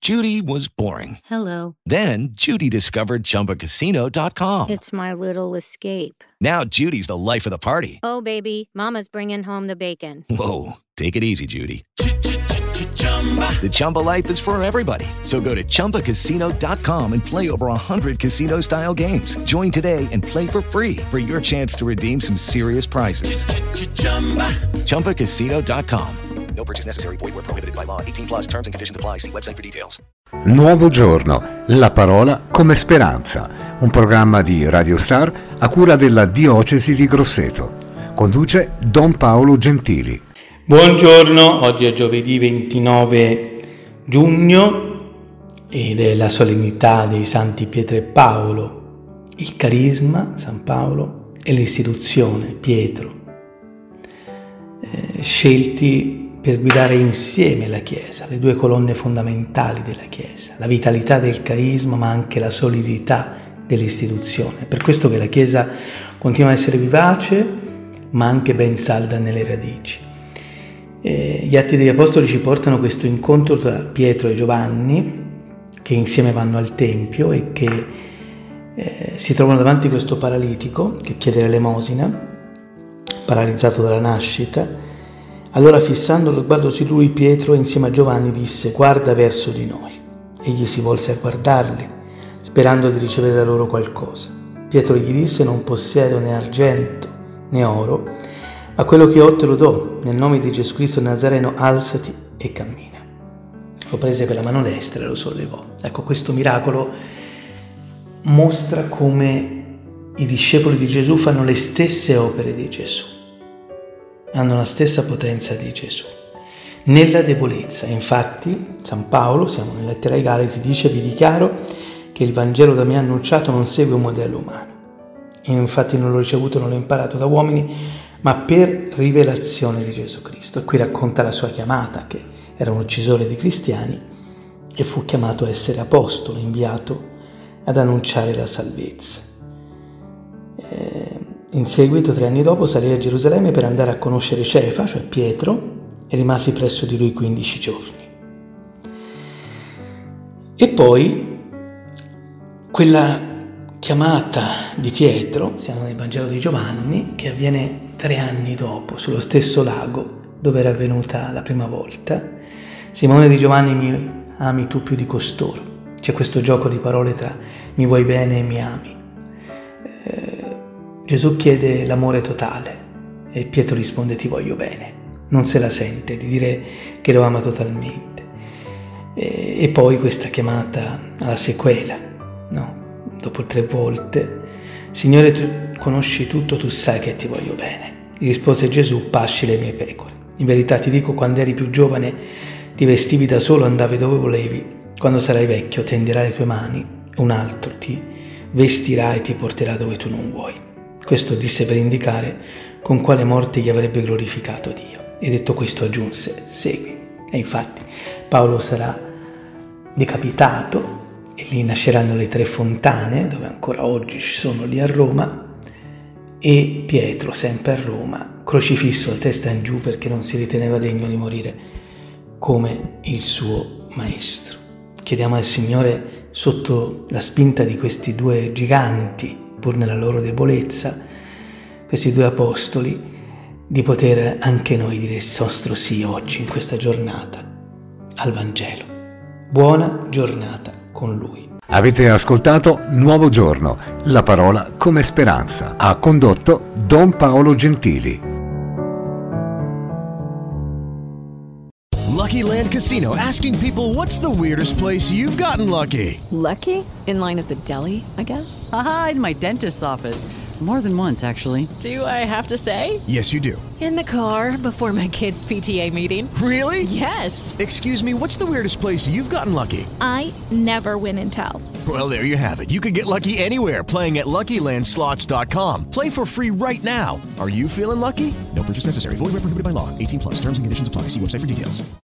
Judy was boring. Hello. Then Judy discovered ChumbaCasino.com. It's my little escape. Now Judy's the life of the party. Oh, baby, mama's bringing home the bacon. Whoa, take it easy, Judy. The Chumba life is for everybody. So go to ChumbaCasino.com and play over 100 casino-style games. Join today and play for free for your chance to redeem some serious prizes. ChumbaCasino.com. No purchase necessary. Void where prohibited by law. 18 plus terms and conditions apply. See website for details. Nuovo giorno, la parola come speranza. Un programma di Radio Star a cura della Diocesi di Grosseto. Conduce Don Paolo Gentili. Buongiorno, oggi è giovedì 29 giugno ed è la solennità dei Santi Pietro e Paolo, il carisma, San Paolo, e l'istituzione, Pietro, scelti per guidare insieme la Chiesa, le due colonne fondamentali della Chiesa, la vitalità del carisma ma anche la solidità dell'istituzione. È per questo che la Chiesa continua a essere vivace ma anche ben salda nelle radici. Gli Atti degli Apostoli ci portano questo incontro tra Pietro e Giovanni, che insieme vanno al Tempio e che si trovano davanti a questo paralitico che chiede l'elemosina, paralizzato dalla nascita. Allora, fissando lo sguardo su lui, Pietro insieme a Giovanni disse: «Guarda verso di noi». Egli si volse a guardarli, sperando di ricevere da loro qualcosa. Pietro gli disse: «Non possiedo né argento né oro, ma quello che ho te lo do, nel nome di Gesù Cristo Nazareno, alzati e cammina». Lo prese per la mano destra e lo sollevò. Ecco, questo miracolo mostra come i discepoli di Gesù fanno le stesse opere di Gesù, hanno la stessa potenza di Gesù, nella debolezza. Infatti, San Paolo, siamo nella lettera ai Galati, dice: «Vi dichiaro che il Vangelo da me annunciato non segue un modello umano. Infatti non l'ho ricevuto, non l'ho imparato da uomini, ma per rivelazione di Gesù Cristo». E qui racconta la sua chiamata, che era un uccisore di cristiani e fu chiamato a essere apostolo, inviato ad annunciare la salvezza. In seguito, 3 anni dopo, salì a Gerusalemme per andare a conoscere Cefa, cioè Pietro, e rimasi presso di lui 15 giorni. E poi quella chiamata di Pietro, siamo nel Vangelo di Giovanni, che avviene 3 anni dopo, sullo stesso lago dove era avvenuta la prima volta. «Simone di Giovanni, mi ami tu più di costoro?» C'è questo gioco di parole tra mi vuoi bene e mi ami. Gesù chiede l'amore totale e Pietro risponde: ti voglio bene. Non se la sente di dire che lo ama totalmente. E poi questa chiamata alla sequela, no? Dopo 3 volte: Signore, tu conosci tutto, tu sai che ti voglio bene. Gli rispose Gesù: pasci le mie pecore. In verità ti dico, quando eri più giovane ti vestivi da solo, andavi dove volevi. Quando sarai vecchio tenderai le tue mani e un altro ti vestirà e ti porterà dove tu non vuoi. Questo disse per indicare con quale morte gli avrebbe glorificato Dio. E detto questo aggiunse: segui. E infatti Paolo sarà decapitato e lì nasceranno le 3 fontane, dove ancora oggi ci sono lì a Roma, e Pietro, sempre a Roma, crocifisso a testa in giù perché non si riteneva degno di morire come il suo maestro. Chiediamo al Signore, sotto la spinta di questi 2 giganti, pur nella loro debolezza, questi 2 apostoli, di poter anche noi dire il nostro sì oggi, in questa giornata, al Vangelo. Buona giornata con Lui. Avete ascoltato Nuovo Giorno, la parola come speranza. Ha condotto Don Paolo Gentili. Lucky Land Casino, asking people, what's the weirdest place you've gotten lucky? Lucky? In line at the deli, I guess? Aha, in my dentist's office. More than once, actually. Do I have to say? Yes, you do. In the car before my kids' PTA meeting. Really? Yes. Excuse me, what's the weirdest place you've gotten lucky? I never win and tell. Well, there you have it. You can get lucky anywhere, playing at LuckyLandSlots.com. Play for free right now. Are you feeling lucky? No purchase necessary. Void where prohibited by law. 18 plus. Terms and conditions apply. See website for details.